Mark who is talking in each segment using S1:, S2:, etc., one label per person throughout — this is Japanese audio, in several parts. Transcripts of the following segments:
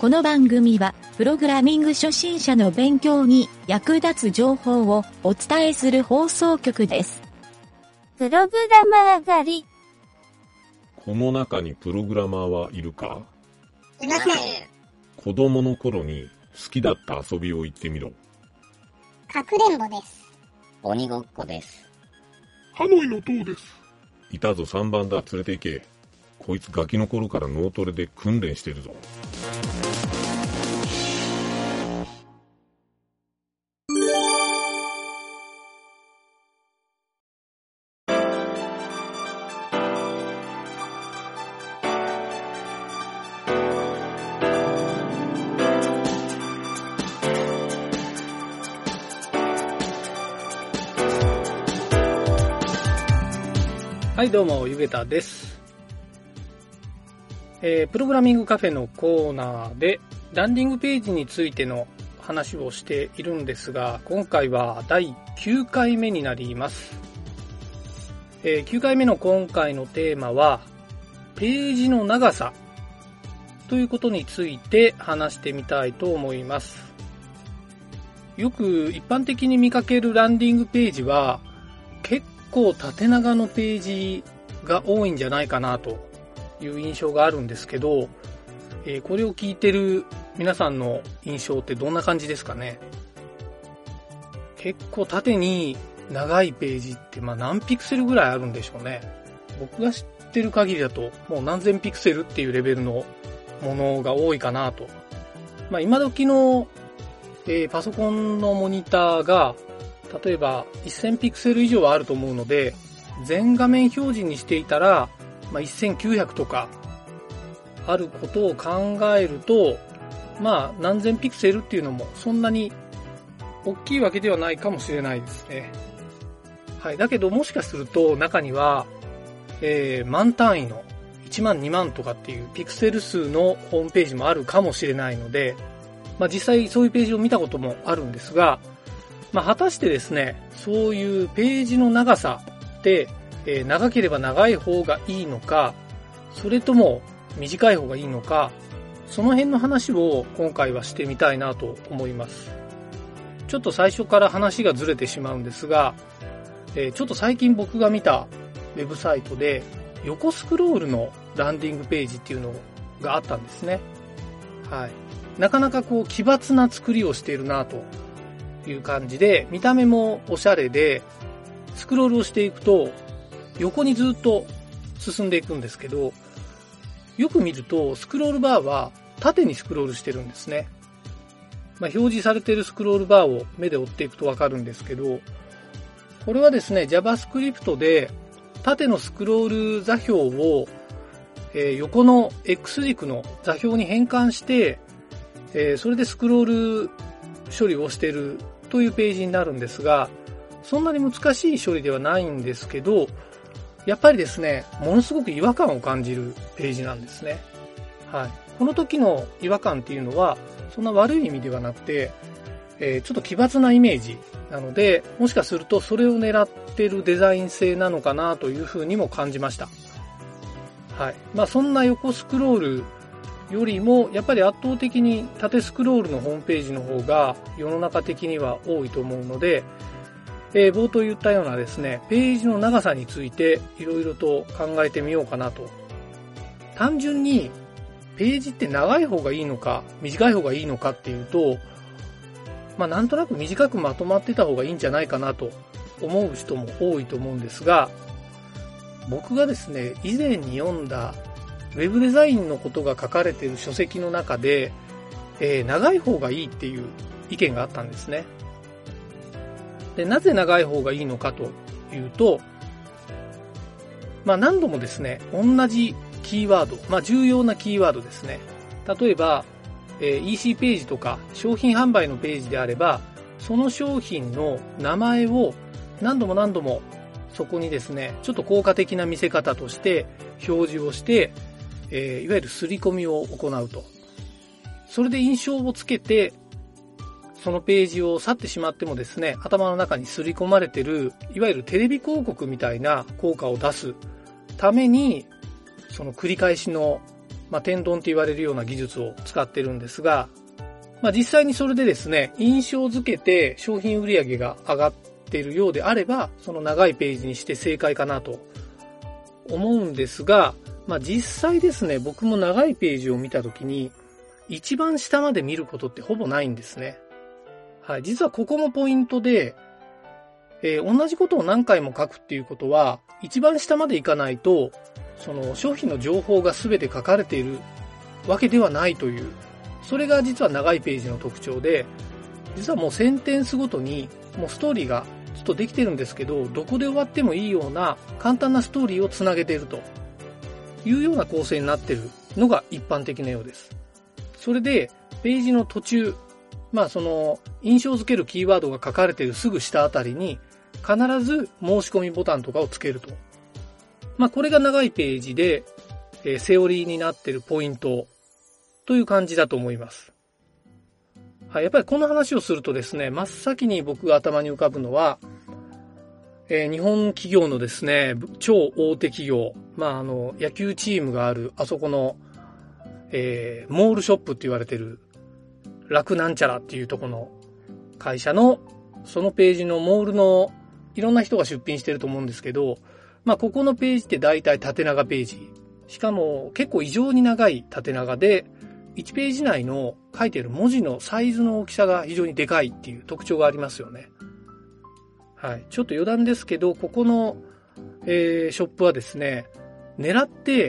S1: の番組は、プログラミング初心者の勉強に役立つ情報をお伝えする放送局です。
S2: プログラマー狩り。
S3: この中にプログラマーはいるか？
S4: いません。
S3: 子供の頃に好きだった遊びを言ってみろ。
S4: かくれんぼです。
S5: 鬼ごっこです。
S6: ハノイの塔です。
S3: いたぞ3番だ、連れて行け。こいつガキの頃から脳トレで訓練してるぞ。
S7: はいどうもゆげたです。プログラミングカフェのコーナーでランディングページについての話をしているんですが、今回は第9回目になります。9回目の今回のテーマはページの長さということについて話してみたいと思います。よく一般的に見かけるランディングページは結構縦長のページが多いんじゃないかなという印象があるんですけど、これを聞いてる皆さんの印象ってどんな感じですかね。結構縦に長いページって何ピクセルぐらいあるんでしょうね。僕が知ってる限りだともう何千ピクセルっていうレベルのものが多いかなと。今時の、パソコンのモニターが例えば1000ピクセル以上はあると思うので、全画面表示にしていたら、1900とかあることを考えると、何千ピクセルっていうのもそんなに大きいわけではないかもしれないですね。はい。だけどもしかすると中には、万単位の1万2万とかっていうピクセル数のホームページもあるかもしれないので、実際そういうページを見たこともあるんですが、果たしてですね、そういうページの長さって、長ければ長い方がいいのか、それとも短い方がいいのか、その辺の話を今回はしてみたいなと思います。ちょっと最初から話がずれてしまうんですが、ちょっと最近僕が見たウェブサイトで横スクロールのランディングページっていうのがあったんですね。はい。なかなか奇抜な作りをしているなという感じで、見た目もおしゃれで、スクロールをしていくと横にずっと進んでいくんですけど、よく見るとスクロールバーは縦にスクロールしてるんですね。表示されているスクロールバーを目で追っていくとわかるんですけど、これはですね JavaScript で縦のスクロール座標を、横の X 軸の座標に変換して、それでスクロール処理をしているというページになるんですが、そんなに難しい処理ではないんですけど、やっぱりですね、ものすごく違和感を感じるページなんですね。はい。この時の違和感っていうのは、そんな悪い意味ではなくて、ちょっと奇抜なイメージなので、もしかするとそれを狙ってるデザイン性なのかなというふうにも感じました。はい。そんな横スクロールよりも、やっぱり圧倒的に縦スクロールのホームページの方が世の中的には多いと思うので、冒頭言ったようなですね、ページの長さについていろいろと考えてみようかなと。単純にページって長い方がいいのか短い方がいいのかっていうと、なんとなく短くまとまってた方がいいんじゃないかなと思う人も多いと思うんですが、僕がですね、以前に読んだウェブデザインのことが書かれている書籍の中で、長い方がいいっていう意見があったんですね。で、なぜ長い方がいいのかというと、何度もですね、同じキーワード、重要なキーワードですね。例えば、EC ページとか商品販売のページであれば、その商品の名前を何度もそこにですね、ちょっと効果的な見せ方として表示をして、いわゆる刷り込みを行うと。それで印象をつけて、そのページを去ってしまってもですね、頭の中に刷り込まれている、いわゆるテレビ広告みたいな効果を出すために、その繰り返しの天丼と言われるような技術を使ってるんですが、実際にそれでですね、印象付けて商品売上が上がっているようであれば、その長いページにして正解かなと思うんですが、実際ですね、僕も長いページを見たときに、一番下まで見ることってほぼないんですね。はい。実はここもポイントで、同じことを何回も書くっていうことは、一番下までいかないと、その商品の情報が全て書かれているわけではないという、それが実は長いページの特徴で、実はもうセンテンスごとに、もうストーリーがちょっとできてるんですけど、どこで終わってもいいような簡単なストーリーをつなげているというような構成になっているのが一般的なようです。それで、ページの途中、その印象付けるキーワードが書かれているすぐ下あたりに、必ず申し込みボタンとかをつけると。これが長いページで、セオリーになっているポイントという感じだと思います。はい、やっぱりこの話をするとですね、真っ先に僕が頭に浮かぶのは、日本企業のですね、超大手企業、野球チームがあるあそこの、モールショップって言われてる楽なんちゃらっていうところの会社のそのページのモールのいろんな人が出品してると思うんですけど、ここのページって大体縦長ページ。しかも結構異常に長い縦長で、1ページ内の書いている文字のサイズの大きさが非常にでかいっていう特徴がありますよね。はい。ちょっと余談ですけど、ここの、ショップはですね、狙って、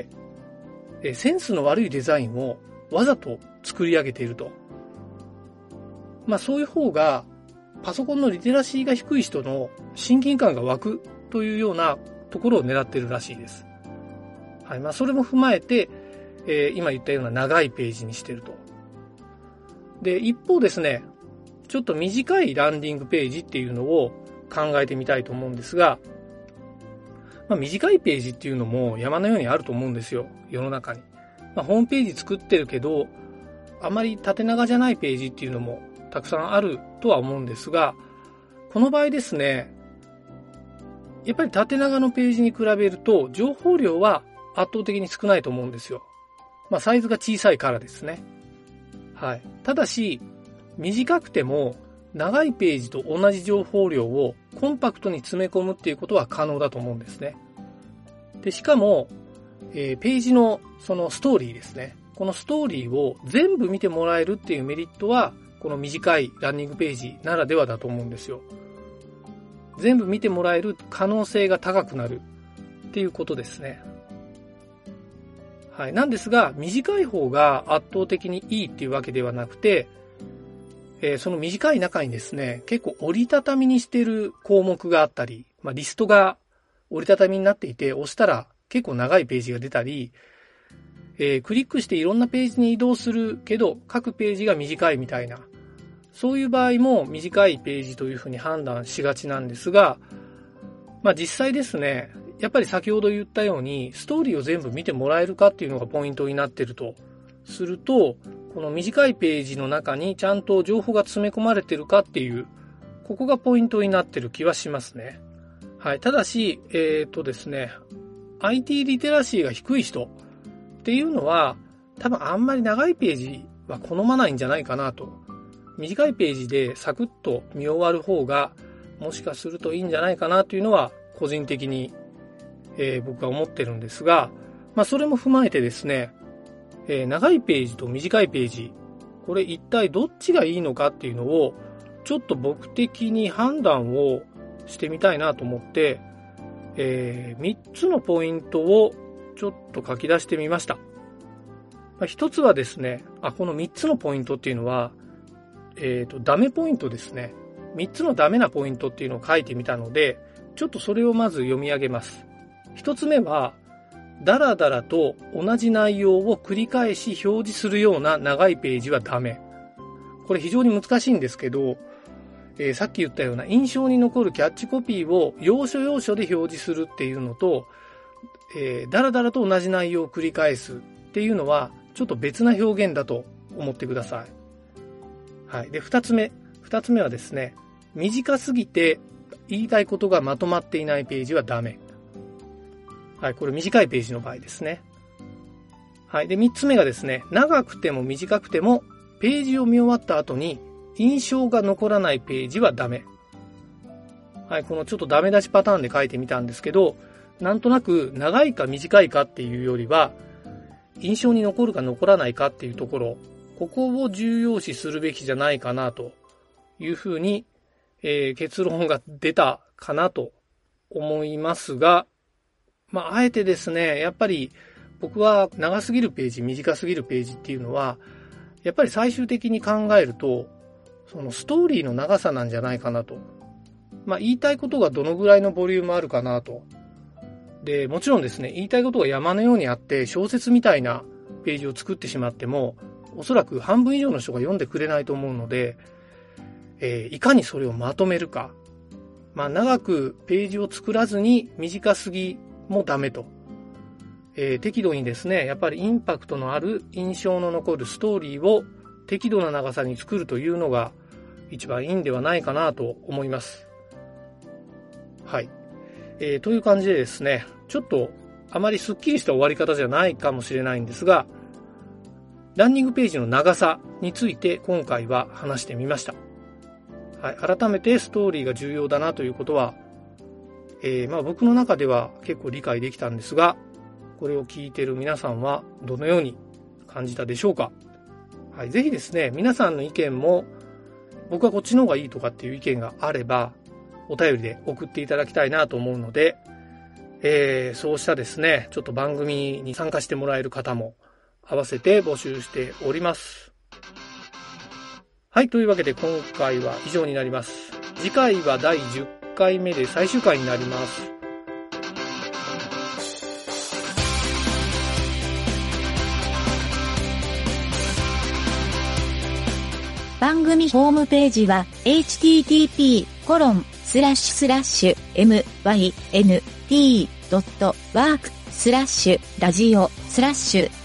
S7: センスの悪いデザインをわざと作り上げていると。そういう方が、パソコンのリテラシーが低い人の親近感が湧くというようなところを狙っているらしいです。はい。それも踏まえて、今言ったような長いページにしていると。で、一方ですね、ちょっと短いランディングページっていうのを考えてみたいと思うんですが、短いページっていうのも山のようにあると思うんですよ、世の中に。ホームページ作ってるけど、あまり縦長じゃないページっていうのもたくさんあるとは思うんですが、この場合ですね、やっぱり縦長のページに比べると情報量は圧倒的に少ないと思うんですよ。サイズが小さいからですね。はい。ただし、短くても長いページと同じ情報量をコンパクトに詰め込むっていうことは可能だと思うんですね。で、しかも、ページのそのストーリーですね。このストーリーを全部見てもらえるっていうメリットは、この短いランニングページならではだと思うんですよ。全部見てもらえる可能性が高くなるっていうことですね。はい。なんですが、短い方が圧倒的にいいっていうわけではなくて、その短い中にですね、結構折りたたみにしている項目があったり、リストが折りたたみになっていて、押したら結構長いページが出たり、クリックしていろんなページに移動するけど、各ページが短いみたいな、そういう場合も短いページというふうに判断しがちなんですが、実際ですね、やっぱり先ほど言ったように、ストーリーを全部見てもらえるかっていうのがポイントになっているとすると、この短いページの中にちゃんと情報が詰め込まれているかっていう、ここがポイントになっている気はしますね。はい。ただし、ですね、IT リテラシーが低い人っていうのは、多分あんまり長いページは好まないんじゃないかなと。短いページでサクッと見終わる方が、もしかするといいんじゃないかなというのは、個人的に、僕は思ってるんですが、それも踏まえてですね、長いページと短いページ、これ一体どっちがいいのかっていうのを、ちょっと僕的に判断をしてみたいなと思って、3つのポイントをちょっと書き出してみました。一つはですね、この3つのポイントっていうのは、ダメポイントですね。3つのダメなポイントっていうのを書いてみたので、ちょっとそれをまず読み上げます。1つ目は、だらだらと同じ内容を繰り返し表示するような長いページはダメ。これ非常に難しいんですけど、さっき言ったような印象に残るキャッチコピーを要所要所で表示するっていうのと、だらだらと同じ内容を繰り返すっていうのはちょっと別な表現だと思ってください。はい。で、二つ目はですね、短すぎて言いたいことがまとまっていないページはダメ。はい。これ短いページの場合ですね。 はい。で、3つ目がですね、長くても短くても、ページを見終わった後に、印象が残らないページはダメ。はい。このちょっとダメ出しパターンで書いてみたんですけど、なんとなく長いか短いかっていうよりは、印象に残るか残らないかっていうところ、ここを重要視するべきじゃないかなというふうに、結論が出たかなと思いますが、あえてですね、やっぱり僕は長すぎるページ、短すぎるページっていうのは、やっぱり最終的に考えると、そのストーリーの長さなんじゃないかなと。言いたいことがどのぐらいのボリュームあるかなと。で、もちろんですね、言いたいことが山のようにあって小説みたいなページを作ってしまっても、おそらく半分以上の人が読んでくれないと思うので、いかにそれをまとめるか。長くページを作らずに短すぎもダメと。適度にですね、やっぱりインパクトのある印象の残るストーリーを適度な長さに作るというのが一番いいんではないかなと思います。はい。という感じでですね、ちょっとあまりスッキリした終わり方じゃないかもしれないんですが、ランニングページの長さについて今回は話してみました。はい。改めてストーリーが重要だなということは、僕の中では結構理解できたんですが、これを聞いている皆さんはどのように感じたでしょうか。はい。ぜひですね、皆さんの意見も、僕はこっちの方がいいとかっていう意見があれば、お便りで送っていただきたいなと思うので、そうしたですね、ちょっと番組に参加してもらえる方も合わせて募集しております。はい。というわけで今回は以上になります。次回は第10回目で最終回になります。
S1: 番組ホームページは http://myn.t.work/ラジオ/